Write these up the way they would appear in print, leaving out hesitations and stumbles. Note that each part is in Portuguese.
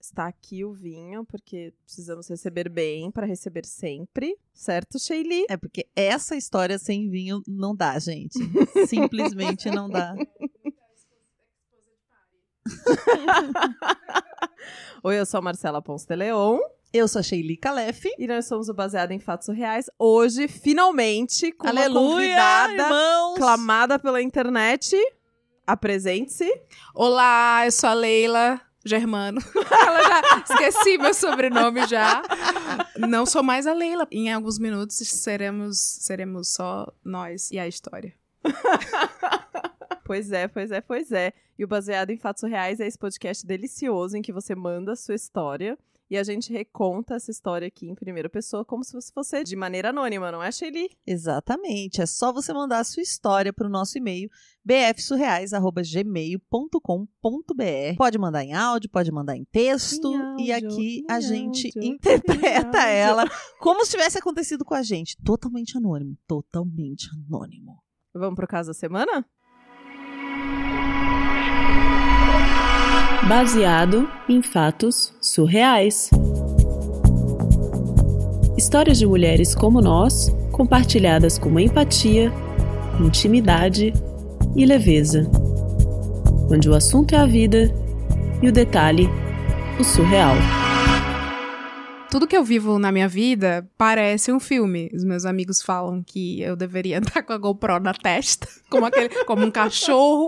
Está aqui o vinho, porque precisamos receber bem para receber sempre. Certo, Sheili? É porque essa história sem vinho não dá, gente. Simplesmente não dá. Oi, eu sou a Marcela Ponce de Leon. Eu sou a Sheili Calef. E nós somos o Baseado em Fatos Surreais. Hoje, finalmente, com Aleluia, uma convidada irmãos! clamada pela internet. Apresente-se. Olá, eu sou a Leila Germano. Ela já esqueci meu sobrenome já. Não sou mais a Leila. Em alguns minutos seremos só nós e a história. Pois é. E o Baseado em Fatos Reais é esse podcast delicioso em que você manda a sua história e a gente reconta essa história aqui em primeira pessoa como se fosse de maneira anônima, não é, Sheili? Exatamente. É só você mandar a sua história para o nosso e-mail bfsurreais@gmail.com.br. Pode mandar em áudio, pode mandar em texto e aqui a gente interpreta ela como se tivesse acontecido com a gente. Totalmente anônimo. Totalmente anônimo. Vamos pro caso da semana? Baseado em fatos surreais. Histórias de mulheres como nós, compartilhadas com empatia, intimidade e leveza. Onde o assunto é a vida e o detalhe, o surreal. Tudo que eu vivo na minha vida parece um filme. Os meus amigos falam que eu deveria andar com a GoPro na testa, como um cachorro,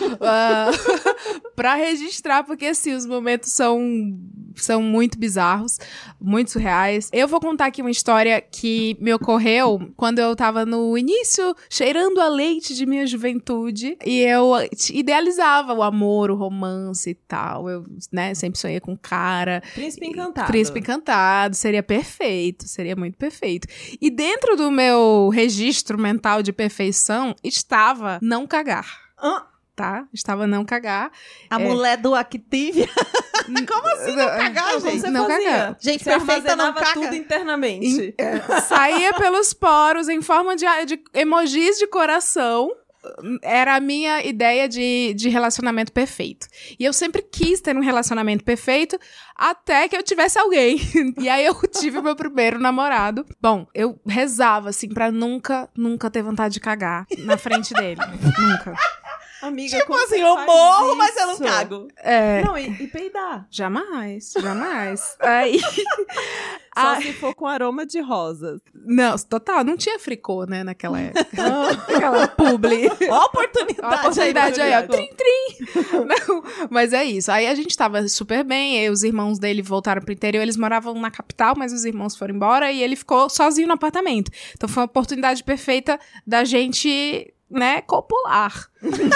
pra registrar, porque assim, os momentos são muito bizarros, muito surreais. Eu vou contar aqui uma história que me ocorreu quando eu tava no início, cheirando a leite de minha juventude, e eu idealizava o amor, o romance e tal. Eu, né, sempre sonhei com um cara. Príncipe encantado. Príncipe encantado. Seria perfeito, seria muito perfeito. E dentro do meu registro mental de perfeição estava não cagar. Tá? Estava não cagar. A mulher do Activia. Como assim não cagar, gente? Você não fazia? cagar. Gente, você perfeita não caga. tudo internamente. Saía pelos poros em forma de emojis de coração. Era a minha ideia de relacionamento perfeito. E eu sempre quis ter um relacionamento perfeito até que eu tivesse alguém. E aí eu tive o meu primeiro namorado. Bom, eu rezava, assim, pra nunca ter vontade de cagar na frente dele. Nunca. Amiga, Tipo como assim, você eu faz morro, isso? mas eu não cago. Não, e peidar. Jamais. Aí... Só se for com aroma de rosas. Não, total, não tinha fricô, né, naquela época. Aquela publi. Ó a oportunidade aí, ó. Trim. Não, mas é isso. Aí a gente tava super bem, aí os irmãos dele voltaram pro interior, eles moravam na capital, mas os irmãos foram embora e ele ficou sozinho no apartamento. Então foi uma oportunidade perfeita da gente, né, copular.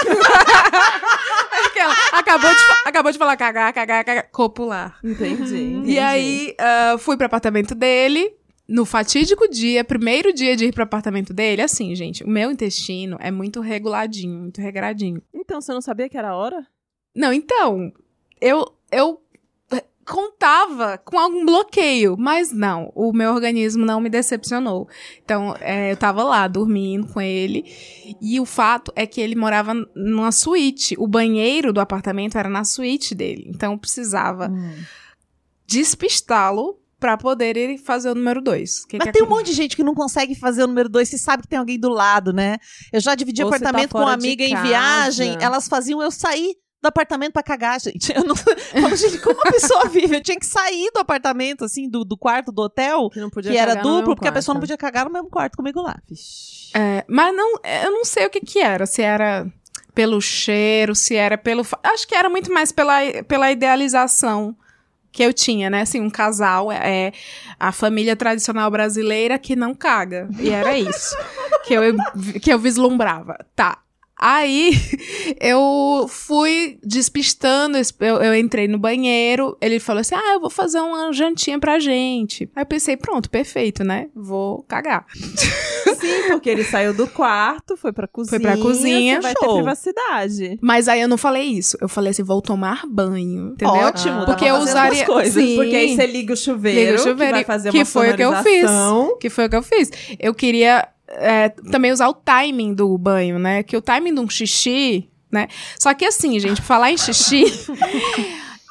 Acabou de falar cagar, copular. Entendi. E aí, fui pro apartamento dele, no fatídico dia, primeiro dia de ir pro apartamento dele, assim, gente, o meu intestino é muito reguladinho, muito regradinho. Então, você não sabia que era a hora? Não, então, eu contava com algum bloqueio, mas não, o meu organismo não me decepcionou. Então, eu tava lá, dormindo com ele, e o fato é que ele morava numa suíte. O banheiro do apartamento era na suíte dele, então eu precisava despistá-lo pra poder ele fazer o número 2. Mas tem um monte de gente que não consegue fazer o número 2, você sabe que tem alguém do lado, né? Eu já dividi apartamento com uma amiga em viagem, elas faziam eu sair do apartamento pra cagar, gente. Eu não falo, gente, como a pessoa vive? Eu tinha que sair do apartamento, assim, do quarto do hotel, que era duplo, porque a pessoa não podia cagar no mesmo quarto comigo lá. Mas não, eu não sei o que era, se era pelo cheiro, se era pelo... Acho que era muito mais pela idealização que eu tinha, né? Assim, um casal, a família tradicional brasileira que não caga. E era isso que eu vislumbrava. Tá. Aí, eu fui despistando, eu entrei no banheiro, ele falou assim, eu vou fazer uma jantinha pra gente. Aí eu pensei, pronto, perfeito, né? Vou cagar. Sim, porque ele saiu do quarto, foi pra cozinha. Você vai ter privacidade. Mas aí eu não falei isso, eu falei assim, vou tomar banho, entendeu? Ótimo, porque eu usaria... coisas. Sim, porque aí você liga o chuveiro, que vai fazer uma sonorização. Que foi o que eu fiz. Eu queria... também usar o timing do banho, né? Que o timing de um xixi, né? Só que assim, gente, falar em xixi...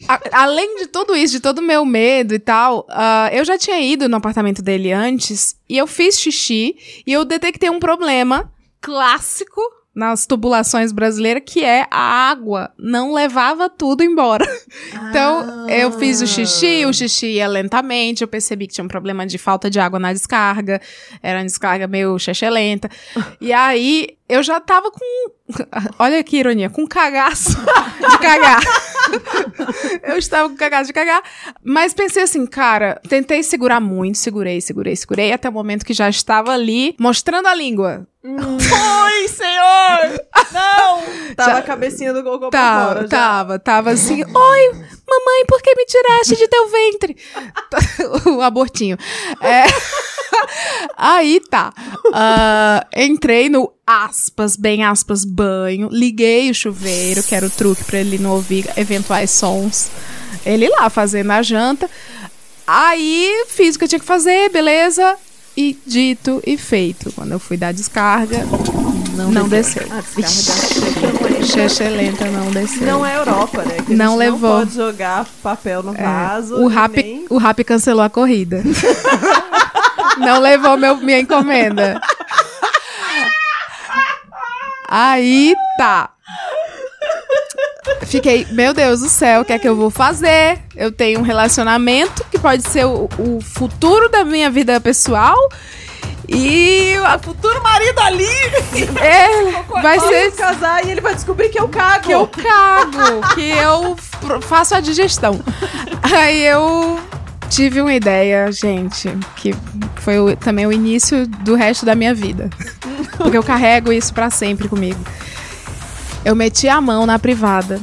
Além de tudo isso, de todo o meu medo e tal, eu já tinha ido no apartamento dele antes e eu fiz xixi e eu detectei um problema clássico nas tubulações brasileiras, que é a água não levava tudo embora. Então, eu fiz o xixi ia lentamente, eu percebi que tinha um problema de falta de água na descarga, era uma descarga meio xexelenta, e aí eu já tava com, olha que ironia, com cagaço de cagar. Eu estava com cagaço de cagar, mas pensei assim, cara, tentei segurar muito, segurei, até o momento que já estava ali, mostrando a língua. Oi, senhor! Não! Tava a cabecinha do Gogô pra fora. Tava assim, oi, mamãe, por que me tiraste de teu ventre? O abortinho. Aí tá. Entrei no bem aspas, banho, liguei o chuveiro, que era o truque pra ele não ouvir eventuais sons. Ele lá fazendo a janta. Aí fiz o que eu tinha que fazer, beleza. E dito e feito. Quando eu fui dar descarga, não desceu. A descarga xexelenta não desceu. Não é Europa, né? Que não levou. Não pode jogar papel no vaso. O Rappi cancelou a corrida. Não levou minha encomenda. Aí tá. Fiquei, meu Deus do céu, o que é que eu vou fazer? Eu tenho um relacionamento que pode ser o futuro da minha vida pessoal. E o futuro marido ali vai ser casar e ele vai descobrir que eu cago. Que eu faço a digestão. Aí eu tive uma ideia, gente, que foi também o início do resto da minha vida. Porque eu carrego isso pra sempre comigo. Eu meti a mão na privada.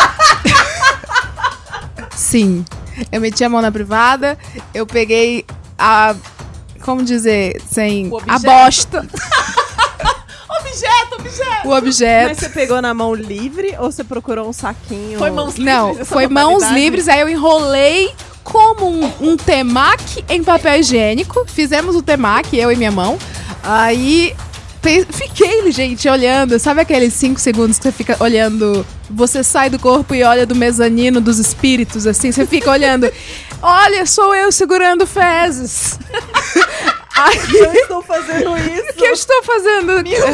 Sim. Eu meti a mão na privada, eu peguei como dizer, sem... a bosta. Objeto. O objeto. Mas você pegou na mão livre ou você procurou um saquinho? Foi mãos livres. Não, foi mãos livres, aí eu enrolei como um temaki em papel higiênico. Fizemos o temaki, eu e minha mão. Aí... Fiquei, gente, olhando. Sabe aqueles 5 segundos que você fica olhando? Você sai do corpo e olha do mezanino dos espíritos, assim. Você fica olhando. Olha, sou eu segurando fezes. Eu estou fazendo isso. O que eu estou fazendo?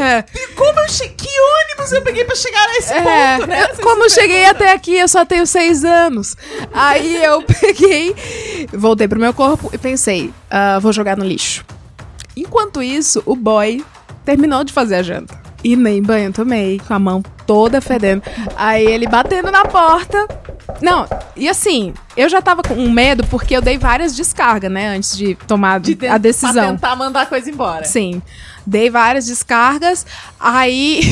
Que ônibus eu peguei pra chegar a esse ponto, né? Como eu cheguei até aqui, eu só tenho 6 anos. Aí eu peguei, voltei pro meu corpo e pensei, vou jogar no lixo. Enquanto isso, o boy terminou de fazer a janta. E nem banho tomei, com a mão toda fedendo. Aí ele batendo na porta. Não, e assim, eu já tava com medo porque eu dei várias descargas, né? Antes de tomar a decisão. Pra tentar mandar a coisa embora. Sim, dei várias descargas. Aí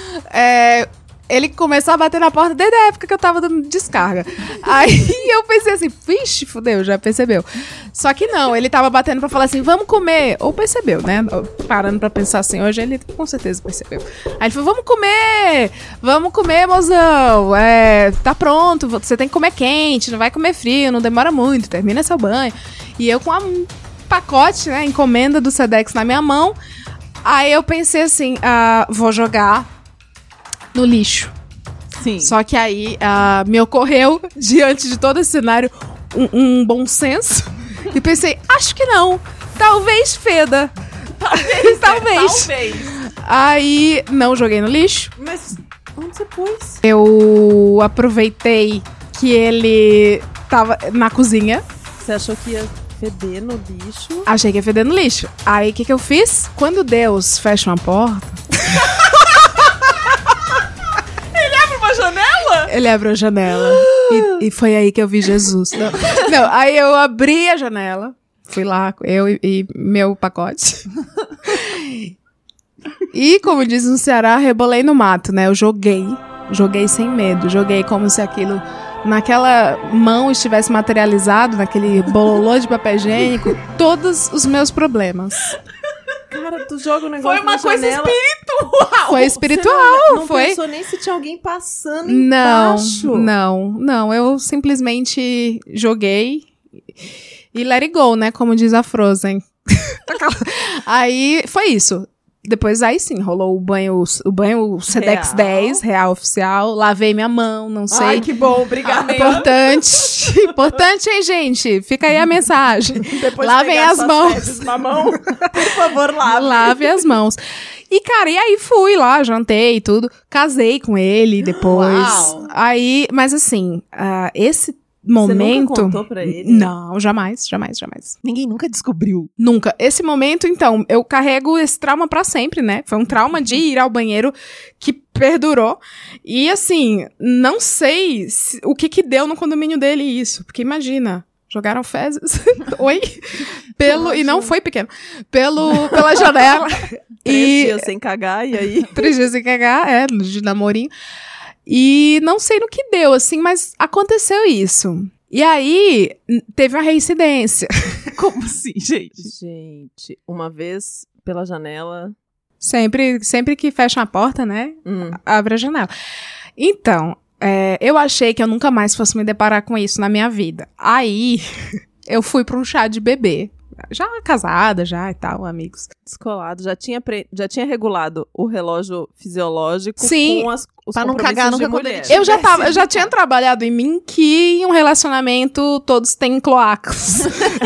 ele começou a bater na porta desde a época que eu tava dando descarga. Aí eu pensei assim, vixe, fudeu, já percebeu. Só que não, ele tava batendo pra falar assim, vamos comer. Ou percebeu, né? Parando pra pensar assim, hoje ele com certeza percebeu. Aí ele falou, vamos comer, mozão. Tá pronto, você tem que comer quente, não vai comer frio, não demora muito, termina seu banho. E eu com um pacote, né, encomenda do Sedex na minha mão. Aí eu pensei assim, vou jogar no lixo. Sim. Só que aí me ocorreu, diante de todo esse cenário, um bom senso. E pensei, acho que não. Talvez feda. Talvez. Aí não joguei no lixo. Mas onde você pôs? Eu aproveitei que ele tava na cozinha. Você achou que ia feder no lixo? Achei que ia feder no lixo. Aí o que eu fiz? Quando Deus fecha uma porta... Janela? Ele abriu a janela. E foi aí que eu vi Jesus. Não, aí eu abri a janela. Fui lá, eu e meu pacote. E, como diz no Ceará, rebolei no mato, né? Eu joguei sem medo. Joguei como se aquilo, naquela mão, estivesse materializado, naquele bololô de papel higiênico, todos os meus problemas. Cara, tu joga o negócio foi uma coisa janela. espiritual. Foi espiritual. Não foi. pensou nem se tinha alguém passando embaixo. Não. Eu simplesmente joguei e let it go, né? Como diz a Frozen. Aí foi isso. Depois aí sim, rolou o banho Sedex 10, real oficial. Lavei minha mão, não sei. Ai, que bom, obrigada. Importante, hein, gente? Fica aí a mensagem. Depois lavem as mãos. Na mão, por favor, lave as mãos. E, cara, e aí fui lá, jantei e tudo. Casei com ele depois. Uau. Aí, mas assim, esse momento... Você nunca contou pra ele? Não, jamais. Ninguém nunca descobriu. Nunca. Esse momento, então, eu carrego esse trauma pra sempre, né? Foi um trauma de ir ao banheiro que perdurou. E, assim, não sei o que deu no condomínio dele isso. Porque imagina, jogaram fezes. Oi? E não foi pequeno. Pela janela. 3 dias sem cagar, e aí? 3 dias sem cagar, de namorinho. E não sei no que deu, assim, mas aconteceu isso. E aí, teve uma reincidência. Como assim, gente? Gente, uma vez pela janela... Sempre que fecha a porta, né? Abre a janela. Então, eu achei que eu nunca mais fosse me deparar com isso na minha vida. Aí, eu fui pra um chá de bebê. Já casada, já e tal, amigos. Descolado. Já tinha regulado o relógio fisiológico Sim, com os pra não cagar nunca quando ele Eu já tinha trabalhado em mim que em um relacionamento todos têm cloacas.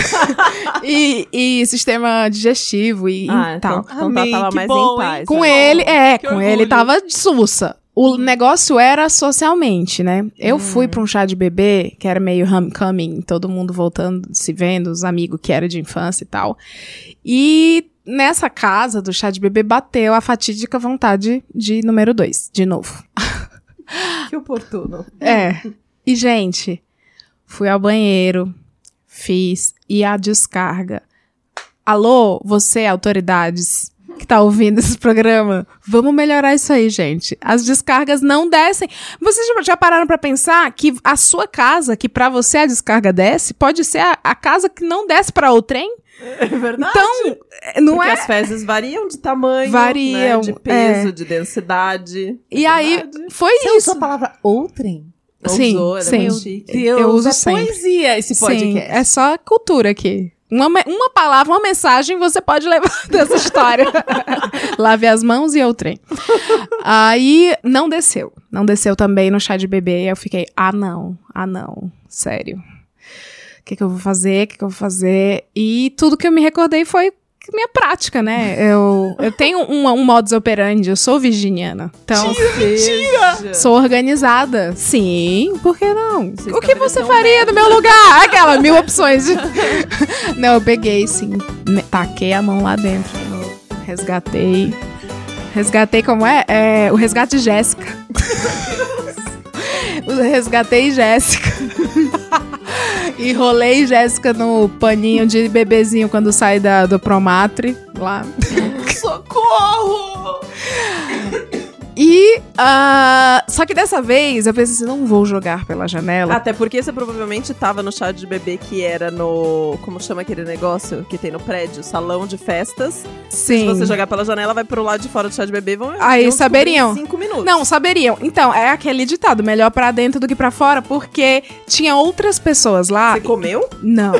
e sistema digestivo e tal. Então tava mais em paz. Com ele tava de sussa. O negócio era socialmente, né? Eu fui pra um chá de bebê, que era meio homecoming, todo mundo voltando, se vendo, os amigos que era de infância e tal. E nessa casa do chá de bebê bateu a fatídica vontade de número 2, de novo. Que oportuno. E, gente, fui ao banheiro, fiz, e a descarga. Alô, você, autoridades que tá ouvindo esse programa, vamos melhorar isso aí, gente. As descargas não descem. Vocês já pararam pra pensar que a sua casa, que pra você a descarga desce, pode ser a casa que não desce pra outrem? É verdade. Então, não porque é... as fezes variam de tamanho, variam, né, de peso, de densidade. E aí, foi Você isso. usou a palavra outrem? Sim, Usou, sim. Chique. Deus, Eu uso é sempre. poesia esse podcast. Sim, é só cultura aqui. Uma palavra, uma mensagem você pode levar dessa história. Lave as mãos e outrem. Aí, não desceu. Não desceu também no chá de bebê. Eu fiquei, não. Sério. O que eu vou fazer? E tudo que eu me recordei foi minha prática, né? Eu tenho um modus operandi, eu sou virginiana. Então, Mentira! sou organizada. Sim, por que não? Você O que você faria no meu lugar? Aquela, 1000 opções. Não, eu peguei, sim. Taquei a mão lá dentro. Resgatei. Resgatei como é? O resgate de Jéssica. Resgatei Jéssica. Enrolei Jéssica no paninho de bebezinho quando sai do Promatre. Lá. Socorro! E, só que dessa vez, eu pensei assim, não vou jogar pela janela. Até porque você provavelmente tava no chá de bebê que era no... Como chama aquele negócio que tem no prédio? Salão de festas. Sim. Se você jogar pela janela, vai pro lado de fora do chá de bebê. Aí saberiam. Em 5 minutos. Não, saberiam. Então, é aquele ditado, melhor pra dentro do que pra fora, porque tinha outras pessoas lá. Você comeu? Não.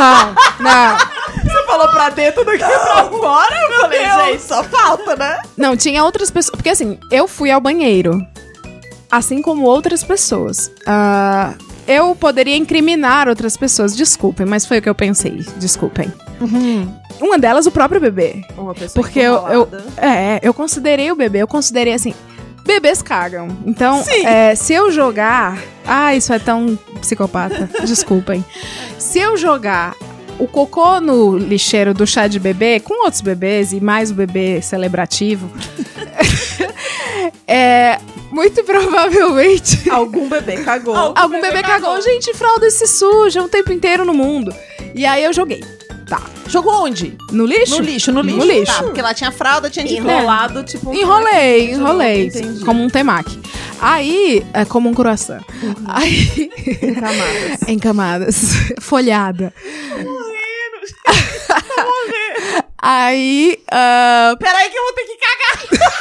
Você falou pra dentro do que pra fora? Eu falei, gente, só falta, né? Não, tinha outras pessoas. Porque assim, eu fui ao banheiro. Assim como outras pessoas. Eu poderia incriminar outras pessoas. Desculpem, mas foi o que eu pensei. Desculpem. Uma delas, o próprio bebê. Uma pessoa porque eu considerei o bebê. Eu considerei assim... Bebês cagam. Então, se eu jogar... isso é tão psicopata. Desculpem. Se eu jogar o cocô no lixeiro do chá de bebê, com outros bebês e mais o bebê celebrativo... muito provavelmente... Algum bebê cagou. Algum bebê cagou. Gente, fralda se suja o tempo inteiro no mundo. E aí eu joguei. Tá. Jogou onde? No lixo? No lixo. No lixo. Tá, porque lá tinha fralda, tinha de Enrolado, tipo... Enrolei. Entendi. Como um temaki. Aí, como um croissant. Aí... Em camadas. Folhada. Aí... Peraí que eu vou ter que cagar.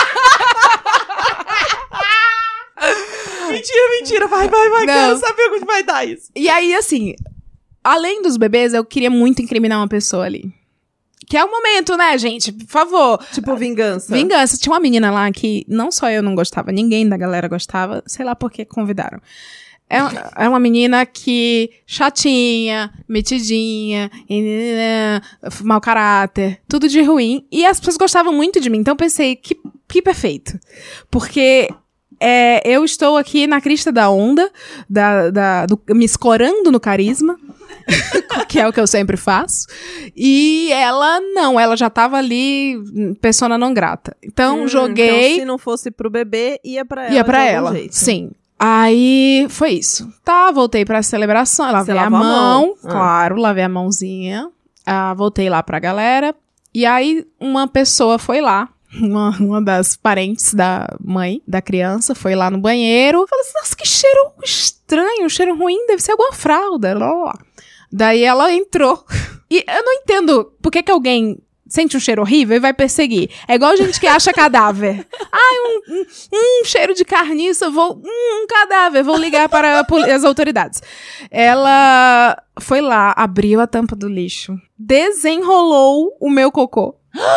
Mentira. Vai. Não. Quero saber onde vai dar isso. E aí, assim... Além dos bebês, eu queria muito incriminar uma pessoa ali. Que é o momento, né, gente? Por favor. Tipo, vingança. Vingança. Tinha uma menina lá que não só eu não gostava, ninguém da galera gostava. Sei lá por que convidaram. É uma menina que chatinha, metidinha, mau caráter, tudo de ruim. E as pessoas gostavam muito de mim. Então eu pensei, que perfeito. Porque eu estou aqui na crista da onda, me escorando no carisma, que é o que eu sempre faço. E ela não, ela já tava ali, persona não grata. Então joguei... Então se não fosse pro bebê, ia pra ela. Ia pra ela, jeito. Sim. Aí, foi isso. Tá, voltei pra celebração, lavei a mão. Claro, lavei a mãozinha. Voltei lá pra galera. E aí, uma pessoa foi lá. Uma das parentes da mãe da criança foi lá no banheiro. Falou assim, nossa, que cheiro estranho, cheiro ruim, deve ser alguma fralda. Daí ela entrou. E eu não entendo por que alguém... sente um cheiro horrível e vai perseguir. É igual gente que acha cadáver. Um cheiro de carniça, um cadáver, vou ligar para as autoridades. Ela foi lá, abriu a tampa do lixo, desenrolou o meu cocô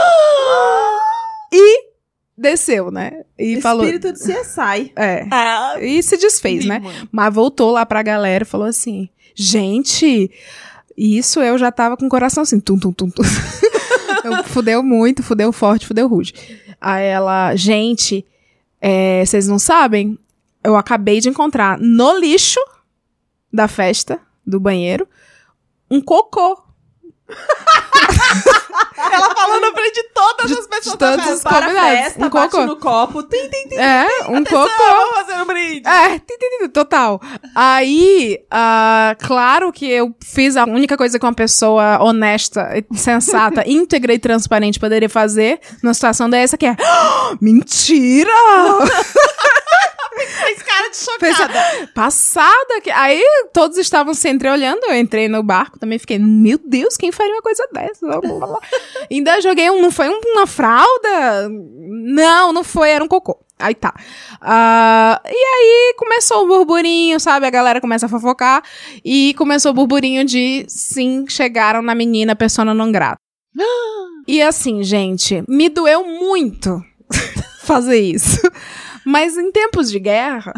e desceu, né? E falou... Espírito de CSI. E se desfez, né? Mano. Mas voltou lá pra galera e falou assim, gente, isso eu já tava com o coração assim, tum. Fudeu muito, fudeu forte, fudeu rude. Aí ela, gente, vocês não sabem? Eu acabei de encontrar no lixo da festa, do banheiro, um cocô. Ela falou na frente de todas as pessoas da festa. Para a festa, bate no copo. Um cocô. Vamos fazer um brinde. Total. Aí, claro que eu fiz a única coisa que uma pessoa honesta, sensata, íntegra e transparente poderia fazer numa situação dessa, que é... Mentira! Fez cara de chocada. Passada. Aí todos estavam se entreolhando. Eu entrei no barco, também fiquei, meu Deus, quem faria uma coisa dessa? Ainda joguei não foi uma fralda? Não foi, era um cocô. Aí tá. E aí começou o burburinho, sabe? A galera começa a fofocar. E começou o burburinho de, sim, chegaram na menina persona non grata. E assim, gente, me doeu muito fazer isso. Mas em tempos de guerra,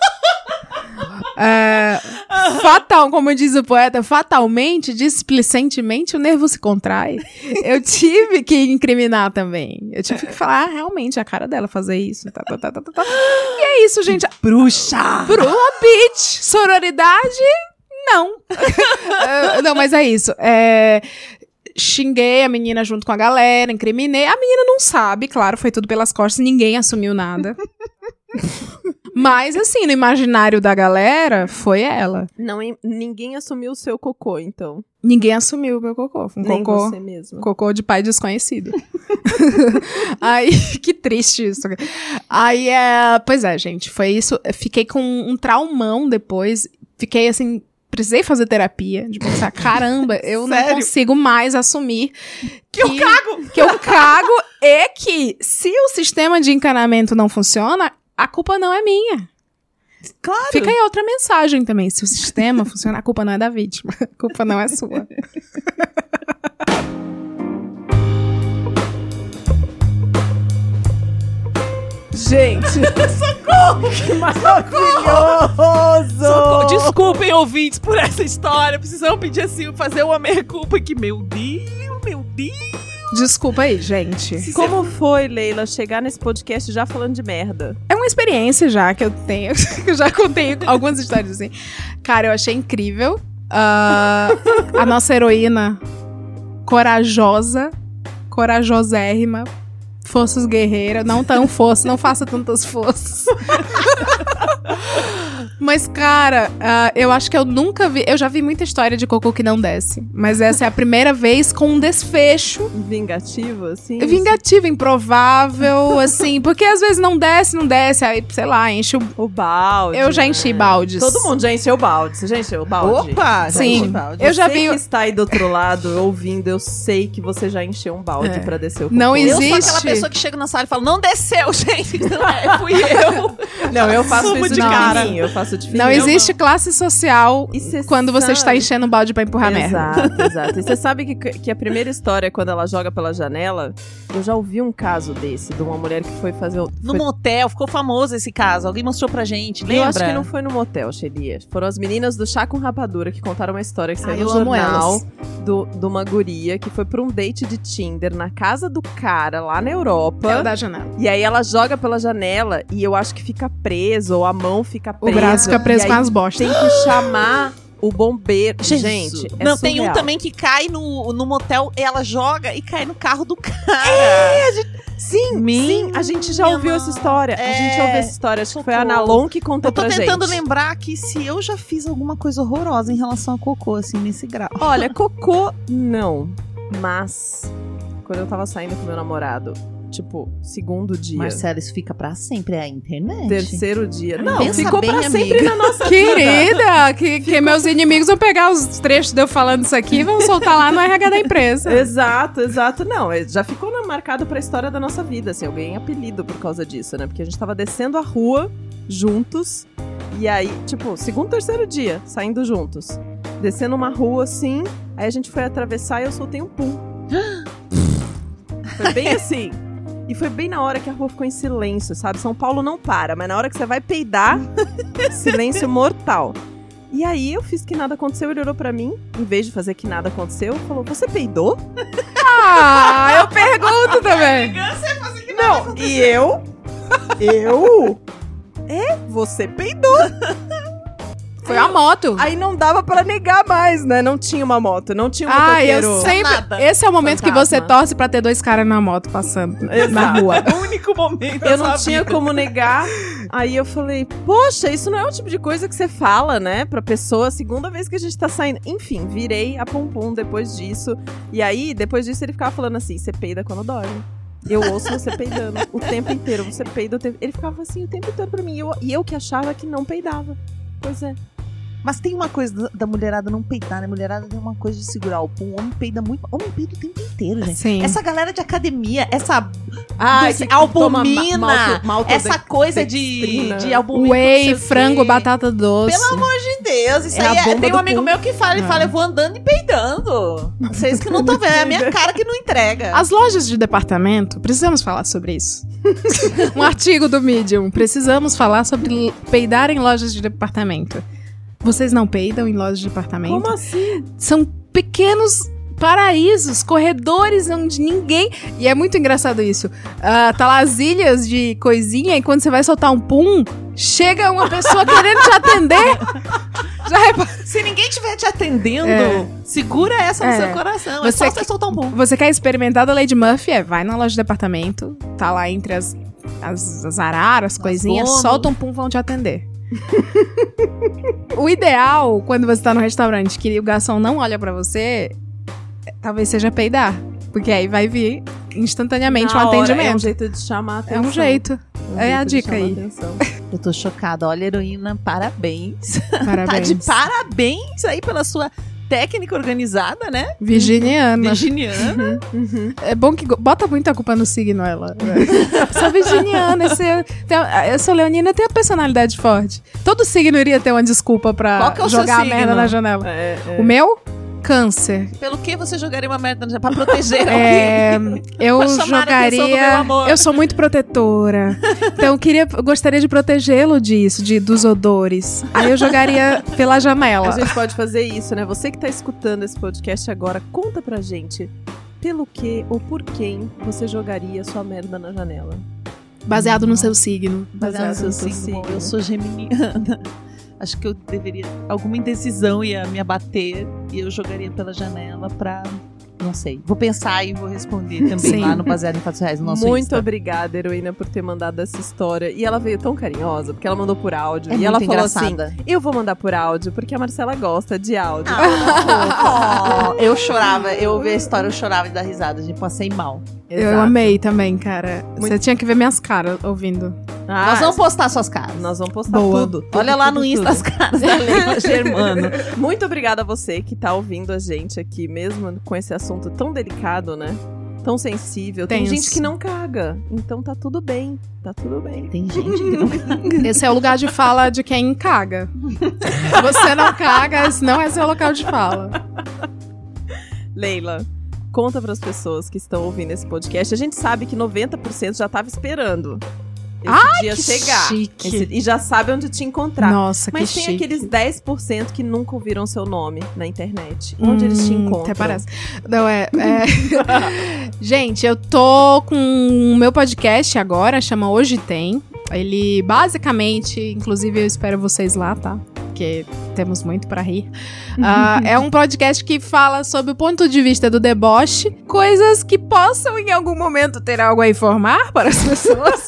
como diz o poeta, fatalmente, displicentemente, o nervo se contrai. Eu tive que incriminar também. Eu tive que falar, realmente, a cara dela fazer isso. E é isso, gente. Bruxa! Bitch! Sororidade? Não. Não, mas é isso. Xinguei a menina junto com a galera, incriminei. A menina não sabe, claro, foi tudo pelas costas, ninguém assumiu nada. Mas, assim, no imaginário da galera, foi ela. Não, ninguém assumiu o seu cocô, então. Ninguém assumiu o meu cocô. Nem você mesmo. Cocô de pai desconhecido. Aí, que triste isso. Aí, pois é, gente, foi isso. Eu fiquei com um traumão depois. Fiquei, assim... Precisei fazer terapia, de pensar, caramba, eu não consigo mais assumir que eu cago e que se o sistema de encanamento não funciona, a culpa não é minha. Claro. Fica aí outra mensagem também, se o sistema funciona, a culpa não é da vítima, a culpa não é sua. Gente, socorro! Que maravilhoso! Socorro. Desculpem, ouvintes, por essa história. Precisamos pedir assim, fazer uma meia-culpa aqui. Meu Deus! Desculpa aí, gente. Como foi, Leila, chegar nesse podcast já falando de merda? É uma experiência já que eu tenho. Eu já contei algumas histórias assim. Cara, eu achei incrível. A nossa heroína corajosérrima, forças guerreiras, não tão força, não faça tantas forças. Mas, cara, eu acho que eu nunca vi... Eu já vi muita história de cocô que não desce. Mas essa é a primeira vez com um desfecho. Vingativo, assim? Vingativo, improvável, assim. Porque às vezes não desce, aí, sei lá, enche o balde. Eu já enchi baldes. Todo mundo já encheu balde. Você já encheu o balde? Opa! Sim. Eu já vi... Você que está aí do outro lado ouvindo, eu sei que você já encheu um balde pra descer o cocô. Não existe. Eu sou aquela pessoa que chega na sala e fala, não desceu, gente. Fui eu. Não, eu faço isso de cara. Eu faço negócio de Não existe classe social quando você está enchendo o balde pra empurrar merda. Exato. E você sabe que a primeira história, quando ela joga pela janela, eu já ouvi um caso desse, de uma mulher que foi fazer... No motel, ficou famoso esse caso. Alguém mostrou pra gente, lembra? Eu acho que não foi no motel, Shelia. Foram as meninas do Chá com Rapadura que contaram uma história que saiu no jornal de uma guria que foi pra um date de Tinder na casa do cara, lá na Europa. Ela da janela. E aí ela joga pela janela e eu acho que fica preso, ou a mão fica presa. O braço fica preso com as bostas. Tem que chamar o bombeiro. Gente, não, surreal. tem um também que cai no motel, ela joga e cai no carro do cara. Sim, a gente já ouviu essa história. A gente ouviu essa história, acho que foi a Analon que contou pra gente. Eu tô tentando lembrar aqui se eu já fiz alguma coisa horrorosa em relação a cocô, assim, nesse grau. Olha, cocô, não. Mas, quando eu tava saindo com meu namorado, tipo, segundo dia. Marcela, isso fica pra sempre, é a internet. Terceiro dia. Não, pensa ficou bem, pra sempre amiga. na nossa Querida, que meus inimigos vão pegar os trechos de eu falando isso aqui e vão soltar lá no RH da empresa. Exato. Não, já ficou marcado pra história da nossa vida, assim. Eu ganhei apelido por causa disso, né? Porque a gente tava descendo a rua juntos. E aí, tipo, segundo, terceiro dia, saindo juntos. Descendo uma rua, assim. Aí a gente foi atravessar e eu soltei um pum. Foi bem assim. E foi bem na hora que a rua ficou em silêncio, sabe? São Paulo não para, mas na hora que você vai peidar, silêncio mortal. E aí eu fiz que nada aconteceu, ele olhou pra mim, em vez de fazer que nada aconteceu, falou, você peidou? Ah, eu pergunto também. Não, e eu? Você peidou. Foi a moto. Aí não dava pra negar mais, né? Não tinha uma moto, não tinha um motoqueiro. Eu sempre... Esse é o momento que você torce pra ter dois caras na moto passando na rua. É o único momento Eu não tinha como negar. Aí eu falei, poxa, isso não é o tipo de coisa que você fala, né? Pra pessoa, segunda vez que a gente tá saindo. Enfim, virei a pum-pum depois disso. E aí, depois disso, ele ficava falando assim, você peida quando dorme. Eu ouço você peidando o tempo inteiro. Você peida o tempo... Ele ficava assim o tempo inteiro pra mim. E eu que achava que não peidava. Pois é. Mas tem uma coisa da mulherada não peidar, né? A mulherada tem uma coisa de segurar o pum. O homem peida muito. O homem peida o tempo inteiro, gente. Sim. Essa galera de academia, essa albumina, essa coisa de albumina. Whey, frango, batata doce. Pelo amor de Deus, isso aí é. Tem um amigo meu que fala, ele fala, eu vou andando e peidando. Vocês que não estão vendo, é a minha cara que não entrega. As lojas de departamento, precisamos falar sobre isso. Um artigo do Medium, precisamos falar sobre peidar em lojas de departamento. Vocês não peidam em lojas de departamento? Como assim? São pequenos paraísos, corredores onde ninguém... E é muito engraçado isso. Tá lá as ilhas de coisinha e quando você vai soltar um pum, chega uma pessoa querendo te atender. Se ninguém estiver te atendendo, segura essa no seu coração. É só você soltar um pum. Você quer experimentar da Lady Murphy? Vai na loja de departamento, tá lá entre as araras, coisinhas, solta um pum, vão te atender. O ideal, quando você tá no restaurante que o garçom não olha pra você, talvez seja peidar. Porque aí vai vir instantaneamente um atendimento. É um jeito de chamar a atenção. É um jeito. É a dica aí. Eu tô chocada. Olha, heroína, parabéns. Parabéns. Tá de parabéns aí pela sua técnica organizada, né? Virginiana. É bom que bota muita culpa no signo, ela. Sou virginiana, eu sou leonina, eu tenho a personalidade forte. Todo signo iria ter uma desculpa pra jogar a merda na janela. O meu? Câncer. Pelo que você jogaria uma merda na janela? Pra proteger alguém? Eu jogaria... Eu sou muito protetora. Então eu gostaria de protegê-lo disso, dos odores. Aí eu jogaria pela janela. A gente pode fazer isso, né? Você que tá escutando esse podcast agora, conta pra gente pelo que ou por quem você jogaria sua merda na janela. Baseado no seu signo. Baseado no seu signo. Eu sou geminiana. Acho que eu deveria... Alguma indecisão ia me abater e eu jogaria pela janela pra... Não sei. Vou pensar e vou responder também lá no Baseado em Fatos Reais, no nosso Muito Insta. Obrigada, heroína, por ter mandado essa história. E ela veio tão carinhosa, porque ela mandou por áudio. E ela falou engraçada. assim, eu vou mandar por áudio, porque a Marcela gosta de áudio. Eu chorava. Eu ouvi a história, eu chorava de dar risada. A gente passei mal. Eu amei também, cara. Você tinha que ver minhas caras ouvindo. Nós vamos postar suas caras. Nós vamos postar tudo. Olha lá no Insta as caras da Leila Germano. Muito obrigada a você que tá ouvindo a gente aqui, mesmo com esse assunto tão delicado, né? tão sensível. Tem gente que não caga, então tá tudo bem. Tá tudo bem. Tem gente que não caga. Esse é o lugar de fala de quem caga. Você não caga, esse não é seu local de fala. Leila, conta pras pessoas que estão ouvindo esse podcast. A gente sabe que 90% já tava esperando esse dia chegar. Chique. E já sabe onde te encontrar. Nossa, mas que tem chique. aqueles 10% que nunca ouviram seu nome na internet. Onde eles te encontram? Até parece. Não, Gente, eu tô com o meu podcast agora, chama Hoje Tem. Ele basicamente, inclusive eu espero vocês lá, tá? Porque temos muito pra rir. É um podcast que fala sobre o ponto de vista do deboche, coisas que possam em algum momento ter algo a informar para as pessoas.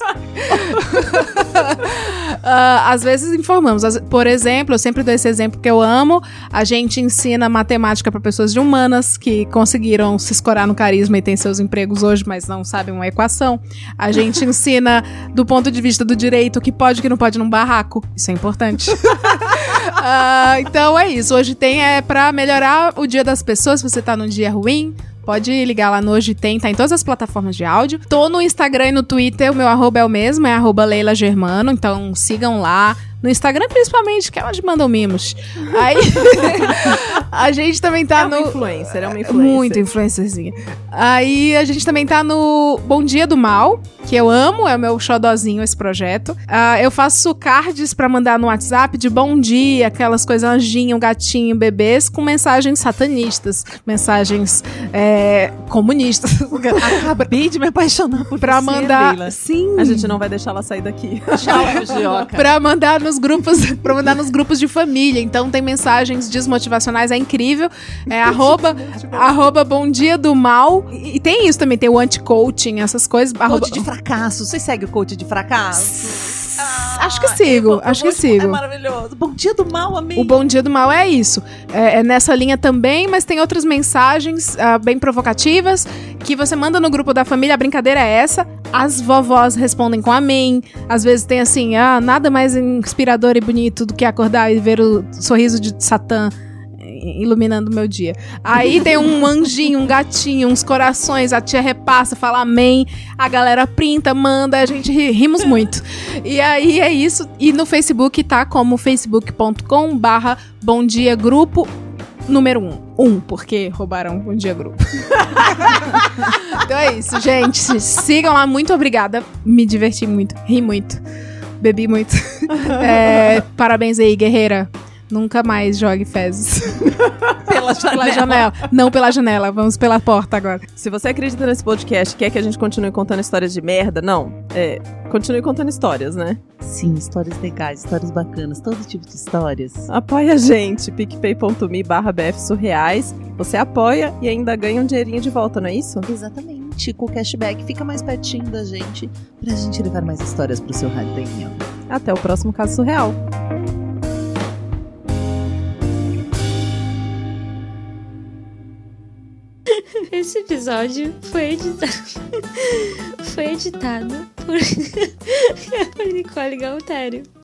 Às vezes informamos. Por exemplo, eu sempre dou esse exemplo que eu amo. A gente ensina matemática para pessoas de humanas que conseguiram se escorar no carisma e têm seus empregos hoje, mas não sabem uma equação. A gente ensina do ponto de vista do direito o que pode e o que não pode num barraco. Isso é importante. Então é isso. Hoje tem pra melhorar o dia das pessoas. Se você tá num dia ruim, pode ligar lá no Hoje Tem, tá em todas as plataformas de áudio. Tô no Instagram e no Twitter, o meu arroba é o mesmo, é @Leila Germano, então sigam lá. No Instagram, principalmente, que é onde mandam mimos. Aí, a gente também tá é uma influencer. Muito influencerzinha. Aí, a gente também tá no Bom Dia do Mal, que eu amo, é o meu xodozinho esse projeto. Eu faço cards pra mandar no WhatsApp de bom dia, aquelas coisas anjinho, gatinho, bebês, com mensagens satanistas, mensagens comunistas. Acabei de me apaixonar por pra você, mandar. Leila. Sim. A gente não vai deixar ela sair daqui. Tchau, Fujioka. Pra mandar nos grupos de família. Então tem mensagens desmotivacionais, é incrível. É arroba Bom Dia do Mal. E tem isso também, tem o anti-coaching, essas coisas. Coach de fracasso. Você segue o coach de fracasso? Acho que sigo. É maravilhoso. Bom Dia do Mal, amei. O Bom Dia do Mal é isso. É nessa linha também, mas tem outras mensagens bem provocativas que você manda no grupo da família. A brincadeira é essa. As vovós respondem com amém. Às vezes tem assim, nada mais inspirador e bonito do que acordar e ver o sorriso de Satã iluminando o meu dia. Aí tem um anjinho, um gatinho, uns corações, a tia repassa, fala amém, a galera printa, manda, a gente rimos muito. E aí é isso. E no Facebook tá como facebook.com/Bom Dia Grupo número 1, porque roubaram Bom Dia Grupo. Então é isso, gente. Sigam lá, muito obrigada. Me diverti muito, ri muito, bebi muito. Parabéns aí, guerreira. Nunca mais jogue fezes. Pela janela. Não pela janela, vamos pela porta agora. Se você acredita nesse podcast e quer que a gente continue contando histórias de merda, continue contando histórias, né? Sim, histórias legais, histórias bacanas, todo tipo de histórias. Apoia a gente, picpay.me/bfsurreais. Você apoia e ainda ganha um dinheirinho de volta, não é isso? Exatamente, com o cashback fica mais pertinho da gente, pra gente levar mais histórias pro seu radinho. Até o próximo Caso Surreal. Esse episódio foi editado por Nicole Galtério.